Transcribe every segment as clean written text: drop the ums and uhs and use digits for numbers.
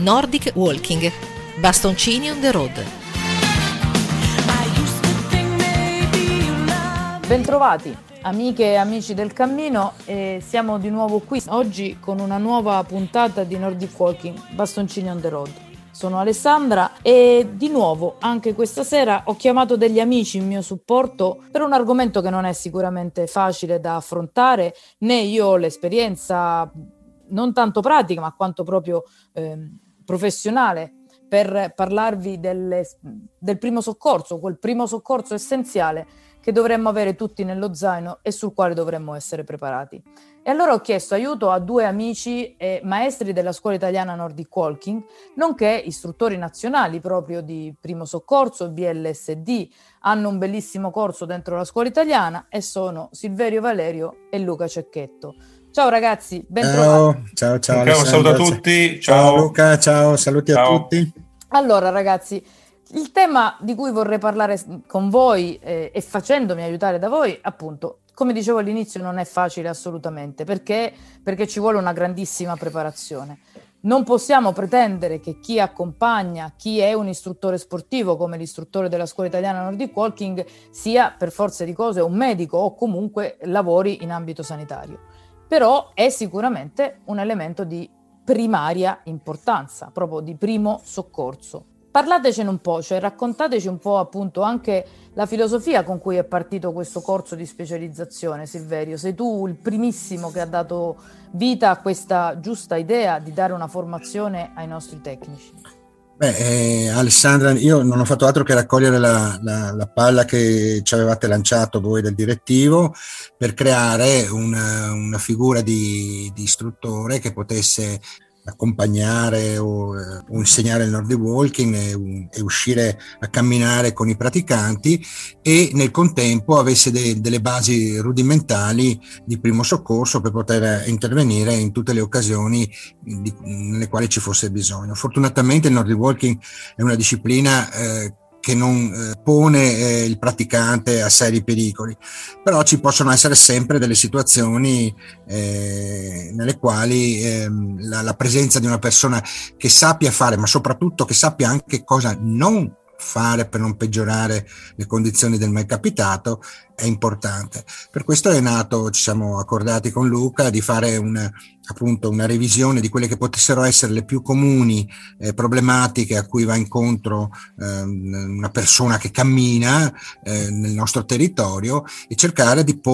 Nordic Walking, bastoncini on the road. Bentrovati amiche e amici del cammino, e siamo di nuovo qui oggi con una nuova puntata di Nordic Walking, bastoncini on the road. Sono Alessandra e di nuovo anche questa sera ho chiamato degli amici in mio supporto per un argomento che non è sicuramente facile da affrontare, né io ho l'esperienza non tanto pratica ma quanto proprio professionale per parlarvi del primo soccorso, quel primo soccorso essenziale che dovremmo avere tutti nello zaino e sul quale dovremmo essere preparati. E allora ho chiesto aiuto a due amici e maestri della scuola italiana Nordic Walking, nonché istruttori nazionali proprio di primo soccorso, BLSD, hanno un bellissimo corso dentro la scuola italiana e sono Silverio Valerio e Luca Cecchetto. Ciao ragazzi, bentrovati. Ciao Luca, un saluto a tutti. Ciao Luca, ciao, saluti a tutti. Allora ragazzi, il tema di cui vorrei parlare con voi e facendomi aiutare da voi, appunto, come dicevo all'inizio, non è facile assolutamente, perché ci vuole una grandissima preparazione. Non possiamo pretendere che chi accompagna, chi è un istruttore sportivo come l'istruttore della scuola italiana Nordic Walking, sia per forza di cose un medico o comunque lavori in ambito sanitario. Però è sicuramente un elemento di primaria importanza, proprio di primo soccorso. Parlatecene un po', cioè raccontateci un po' appunto anche la filosofia con cui è partito questo corso di specializzazione. Silverio, sei tu il primissimo che ha dato vita a questa giusta idea di dare una formazione ai nostri tecnici. Alessandra, io non ho fatto altro che raccogliere la palla che ci avevate lanciato voi del direttivo per creare una figura di istruttore che potesse accompagnare o insegnare il Nordic Walking e uscire a camminare con i praticanti e nel contempo avesse delle basi rudimentali di primo soccorso per poter intervenire in tutte le occasioni nelle quali ci fosse bisogno. Fortunatamente il Nordic Walking è una disciplina che non pone il praticante a seri pericoli, però ci possono essere sempre delle situazioni nelle quali la presenza di una persona che sappia fare, ma soprattutto che sappia anche cosa non fare per non peggiorare le condizioni del mai capitato è importante. Per questo è nato, ci siamo accordati con Luca di fare una revisione di quelle che potessero essere le più comuni problematiche a cui va incontro una persona che cammina nel nostro territorio e cercare di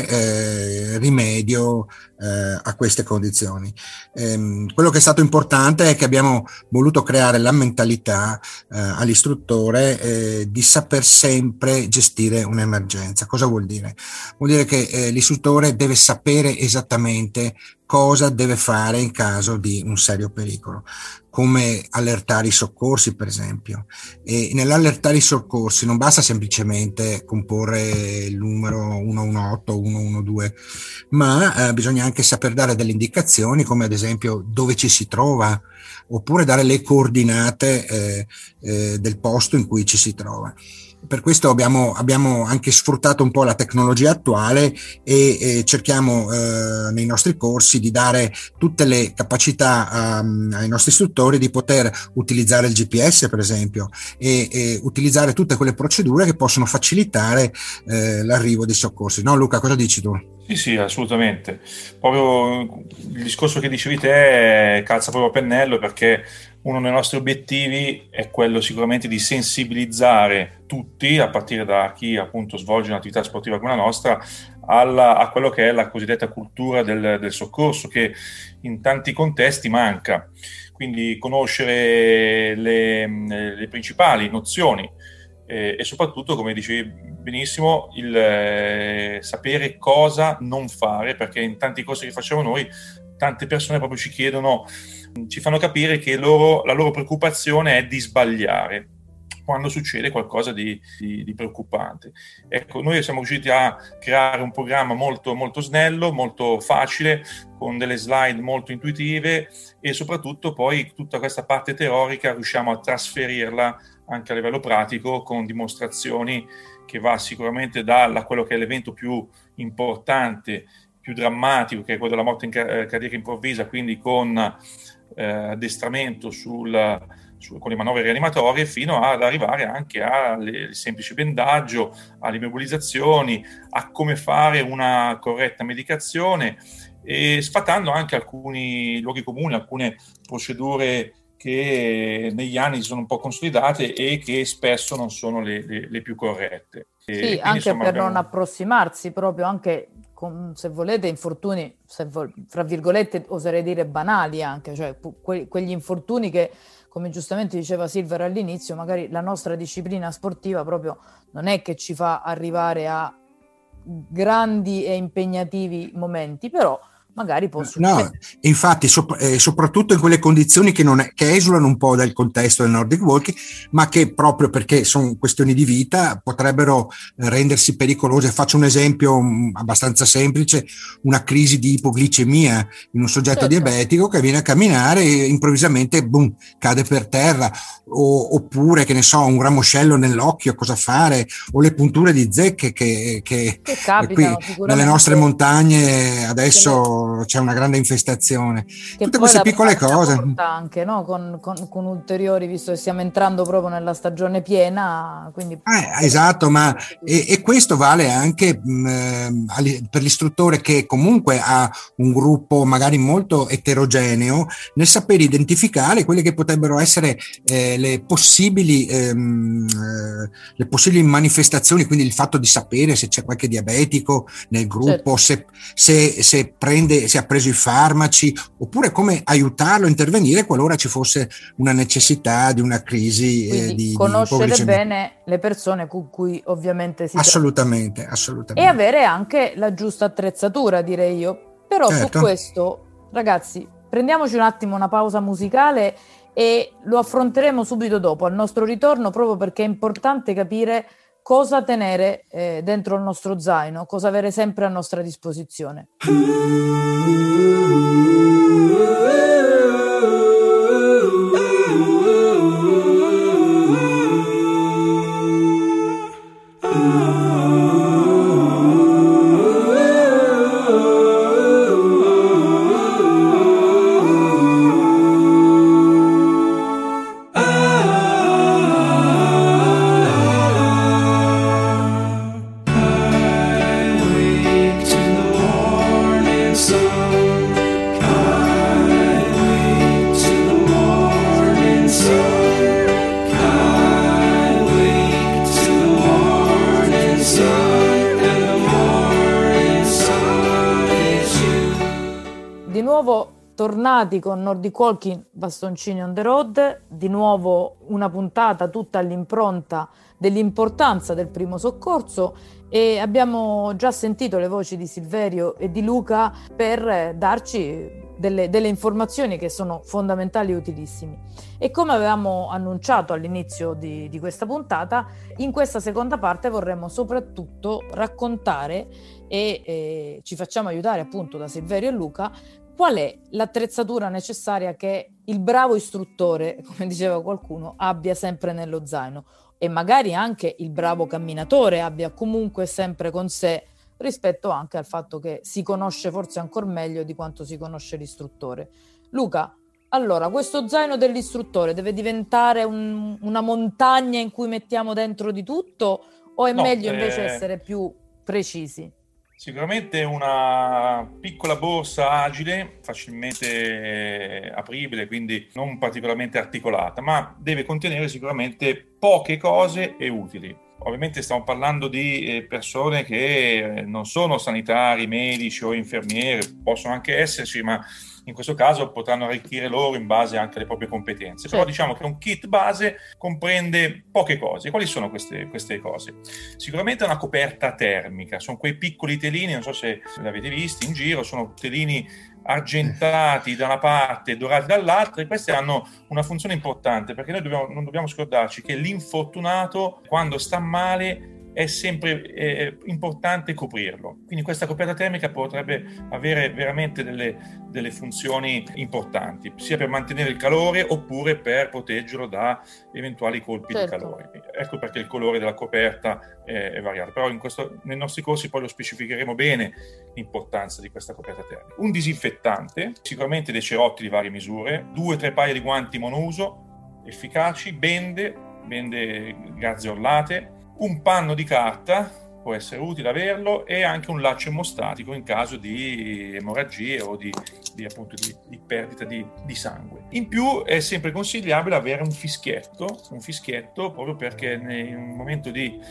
porre rimedio a queste condizioni. Quello che è stato importante è che abbiamo voluto creare la mentalità all'istruttore di saper sempre gestire un'emergenza. Cosa vuol dire? Vuol dire che l'istruttore deve sapere esattamente cosa deve fare in caso di un serio pericolo, come allertare i soccorsi per esempio. E nell'allertare i soccorsi non basta semplicemente comporre il numero 118 o 112, ma bisogna anche saper dare delle indicazioni come ad esempio dove ci si trova oppure dare le coordinate del posto in cui ci si trova. Per questo abbiamo anche sfruttato un po' la tecnologia attuale e cerchiamo nei nostri corsi di dare tutte le capacità ai nostri istruttori di poter utilizzare il GPS per esempio e utilizzare tutte quelle procedure che possono facilitare l'arrivo dei soccorsi. No Luca, cosa dici tu? Sì, assolutamente. Proprio il discorso che dicevi te calza proprio a pennello, perché uno dei nostri obiettivi è quello sicuramente di sensibilizzare tutti, a partire da chi appunto svolge un'attività sportiva come la nostra, a quello che è la cosiddetta cultura del soccorso, che in tanti contesti manca. Quindi conoscere le principali nozioni e soprattutto, come dicevi benissimo, il sapere cosa non fare, perché in tanti corsi che facciamo noi tante persone proprio ci chiedono, ci fanno capire che la loro preoccupazione è di sbagliare quando succede qualcosa di preoccupante. Ecco, noi siamo riusciti a creare un programma molto, molto snello, molto facile, con delle slide molto intuitive e soprattutto poi tutta questa parte teorica riusciamo a trasferirla anche a livello pratico con dimostrazioni che va sicuramente da quello che è l'evento più importante, più drammatico, che è quello della morte cardiaca improvvisa, quindi con addestramento con le manovre rianimatorie, fino ad arrivare anche al semplice bendaggio, alle immobilizzazioni, a come fare una corretta medicazione, e sfatando anche alcuni luoghi comuni, alcune procedure che negli anni si sono un po' consolidate e che spesso non sono le più corrette. Sì, quindi, anche insomma, per non approssimarsi proprio anche con, se volete, infortuni, fra virgolette oserei dire banali anche, cioè quegli infortuni che, come giustamente diceva Silver all'inizio, magari la nostra disciplina sportiva proprio non è che ci fa arrivare a grandi e impegnativi momenti, però magari può succedere. No, infatti soprattutto in quelle condizioni che esulano un po' dal contesto del Nordic Walking, ma che proprio perché sono questioni di vita potrebbero rendersi pericolose. Faccio un esempio abbastanza semplice: una crisi di ipoglicemia in un soggetto diabetico che viene a camminare e improvvisamente boom, cade per terra, oppure che ne so, un ramoscello nell'occhio, cosa fare, o le punture di zecche che capitano, qui nelle nostre montagne adesso c'è una grande infestazione. Che tutte queste piccole cose anche, no? con ulteriori, visto che stiamo entrando proprio nella stagione piena, quindi esatto, ma e questo vale anche per l'istruttore, che comunque ha un gruppo magari molto eterogeneo, nel sapere identificare quelle che potrebbero essere le possibili manifestazioni, quindi il fatto di sapere se c'è qualche diabetico nel gruppo, certo, se ha preso i farmaci, oppure come aiutarlo a intervenire qualora ci fosse una necessità di una crisi di conoscere bene le persone con cui ovviamente si assolutamente. E avere anche la giusta attrezzatura, direi io. Però certo, su questo, ragazzi, prendiamoci un attimo una pausa musicale e lo affronteremo subito dopo, al nostro ritorno, proprio perché è importante capire cosa tenere dentro il nostro zaino, cosa avere sempre a nostra disposizione. Tornati con Nordic Walking, bastoncini on the road, di nuovo una puntata tutta all'impronta dell'importanza del primo soccorso, e abbiamo già sentito le voci di Silverio e di Luca per darci delle informazioni che sono fondamentali e utilissime. E come avevamo annunciato all'inizio di questa puntata, in questa seconda parte vorremmo soprattutto raccontare e ci facciamo aiutare appunto da Silverio e Luca qual è l'attrezzatura necessaria che il bravo istruttore, come diceva qualcuno, abbia sempre nello zaino, e magari anche il bravo camminatore abbia comunque sempre con sé, rispetto anche al fatto che si conosce forse ancora meglio di quanto si conosce l'istruttore. Luca, allora, questo zaino dell'istruttore deve diventare una montagna in cui mettiamo dentro di tutto, o è meglio invece essere più precisi? Sicuramente una piccola borsa agile, facilmente apribile, quindi non particolarmente articolata, ma deve contenere sicuramente poche cose e utili. Ovviamente stiamo parlando di persone che non sono sanitari, medici o infermieri, possono anche esserci, ma in questo caso potranno arricchire loro in base anche alle proprie competenze. Però diciamo che un kit base comprende poche cose. Quali sono queste cose? Sicuramente una coperta termica, sono quei piccoli telini, non so se li avete visti in giro, sono telini argentati da una parte e dorati dall'altra, e questi hanno una funzione importante, perché noi non dobbiamo scordarci che l'infortunato, quando sta male, è sempre importante coprirlo. Quindi questa coperta termica potrebbe avere veramente delle funzioni importanti, sia per mantenere il calore oppure per proteggerlo da eventuali colpi di calore. Ecco perché il colore della coperta è variato, però nei nostri corsi poi lo specificheremo bene l'importanza di questa coperta termica. Un disinfettante, sicuramente dei cerotti di varie misure, 2-3 paia di guanti monouso efficaci, bende garziollate, un panno di carta, può essere utile averlo, e anche un laccio emostatico in caso di emorragie o di perdita di sangue. In più è sempre consigliabile avere un fischietto proprio perché in un momento di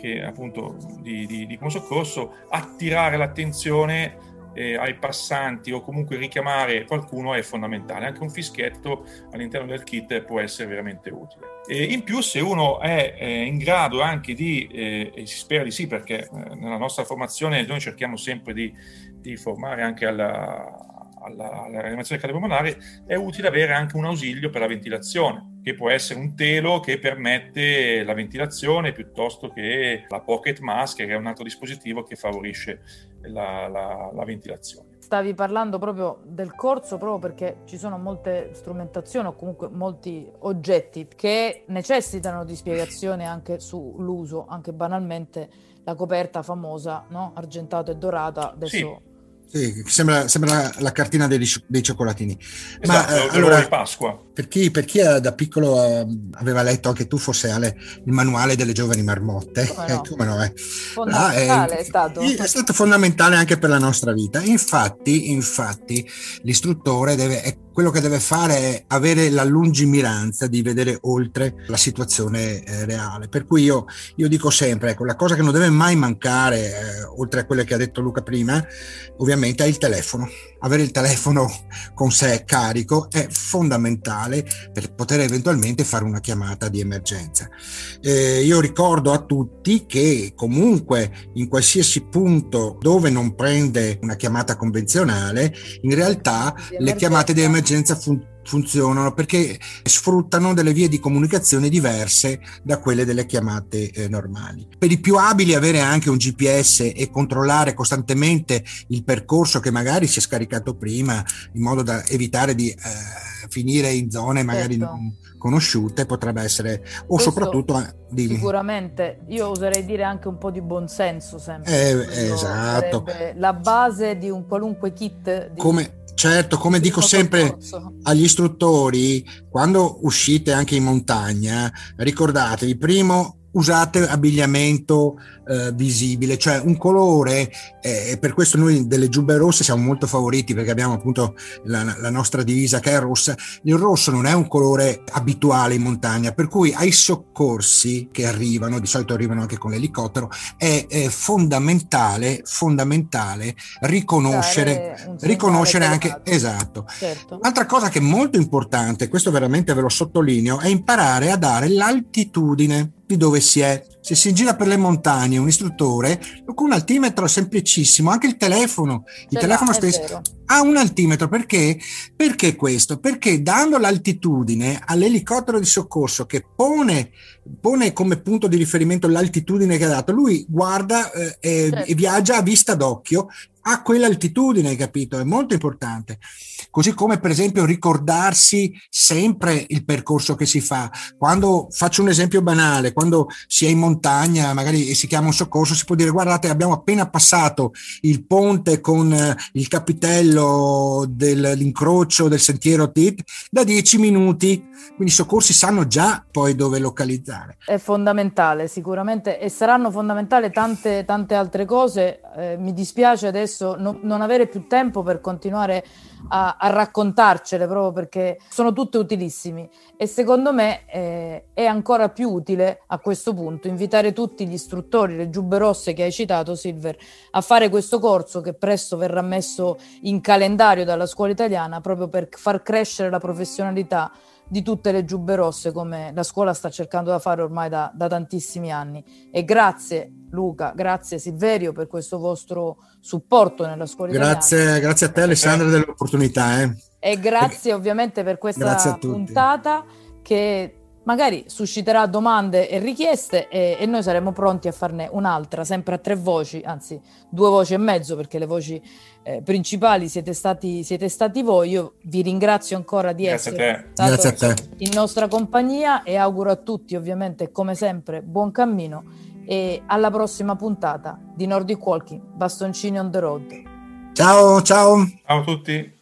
primo soccorso attirare l'attenzione ai passanti o comunque richiamare qualcuno è fondamentale. Anche un fischietto all'interno del kit può essere veramente utile. In più, se uno è in grado anche e si spera di sì, perché nella nostra formazione noi cerchiamo sempre di formare anche alla rianimazione cardiopolmonare, è utile avere anche un ausilio per la ventilazione, che può essere un telo che permette la ventilazione piuttosto che la pocket mask, che è un altro dispositivo che favorisce la ventilazione. Stavi parlando proprio del corso proprio perché ci sono molte strumentazioni o comunque molti oggetti che necessitano di spiegazione anche sull'uso, anche banalmente la coperta famosa, no? Argentata e dorata, adesso... Sì, sembra la cartina dei cioccolatini. Esatto, ma allora, di Pasqua. Per chi da piccolo aveva letto anche tu, forse Ale, il manuale delle giovani marmotte, come no? Fondamentale è stato. È stato fondamentale anche per la nostra vita. Infatti l'istruttore quello che deve fare è avere la lungimiranza di vedere oltre la situazione reale. Per cui io dico sempre, ecco, la cosa che non deve mai mancare, oltre a quelle che ha detto Luca prima, ovviamente è il telefono. Avere il telefono con sé carico è fondamentale per poter eventualmente fare una chiamata di emergenza. Io ricordo a tutti che comunque in qualsiasi punto dove non prende una chiamata convenzionale, in realtà le chiamate di emergenza funzionano perché sfruttano delle vie di comunicazione diverse da quelle delle chiamate normali. Per i più abili avere anche un GPS e controllare costantemente il percorso che magari si è scaricato prima, in modo da evitare di finire in zone magari non conosciute, potrebbe essere, o questo soprattutto sicuramente io oserei dire anche un po' di buonsenso sempre. Esatto, la base di un qualunque kit come dico sempre agli istruttori, quando uscite anche in montagna, ricordatevi, primo, usate abbigliamento visibile, cioè un colore, per questo noi delle giubbe rosse siamo molto favoriti perché abbiamo appunto la nostra divisa che è rossa. Il rosso non è un colore abituale in montagna, per cui ai soccorsi che arrivano, di solito arrivano anche con l'elicottero, è fondamentale riconoscere anche, esatto. Certo. Un'altra cosa che è molto importante, questo veramente ve lo sottolineo, è imparare a dare l'altitudine di dove si è. Se si gira per le montagne un istruttore con un altimetro semplicissimo, anche il telefono stesso ha un altimetro. Perché questo? Perché dando l'altitudine all'elicottero di soccorso che pone come punto di riferimento l'altitudine che ha dato, lui guarda e viaggia a vista d'occhio a quell'altitudine, capito? È molto importante. Così come per esempio ricordarsi sempre il percorso che si fa. Quando faccio un esempio banale, quando si è in montagna magari si chiama un soccorso, si può dire: guardate, abbiamo appena passato il ponte con il capitello dell'incrocio del sentiero TIT da 10 minuti, quindi i soccorsi sanno già poi dove localizzare. È fondamentale sicuramente, e saranno fondamentali tante altre cose. Mi dispiace adesso non avere più tempo per continuare a raccontarcele, proprio perché sono tutte utilissimi, e secondo me è ancora più utile a questo punto invitare tutti gli istruttori, le giubbe rosse che hai citato, Silver, a fare questo corso che presto verrà messo in calendario dalla scuola italiana, proprio per far crescere la professionalità di tutte le giubbe rosse, come la scuola sta cercando da fare ormai da tantissimi anni. E grazie Luca, grazie Silverio per questo vostro supporto nella scuola italiana. Grazie a te Alessandra dell'opportunità. E grazie ovviamente per questa puntata che magari susciterà domande e richieste e noi saremo pronti a farne un'altra, sempre a 3 voci, anzi 2 voci e mezzo, perché le voci principali siete stati voi. Io vi ringrazio ancora di essere stato in nostra compagnia e auguro a tutti, ovviamente, come sempre, buon cammino e alla prossima puntata di Nordic Walking, bastoncini on the road. Ciao. Ciao a tutti.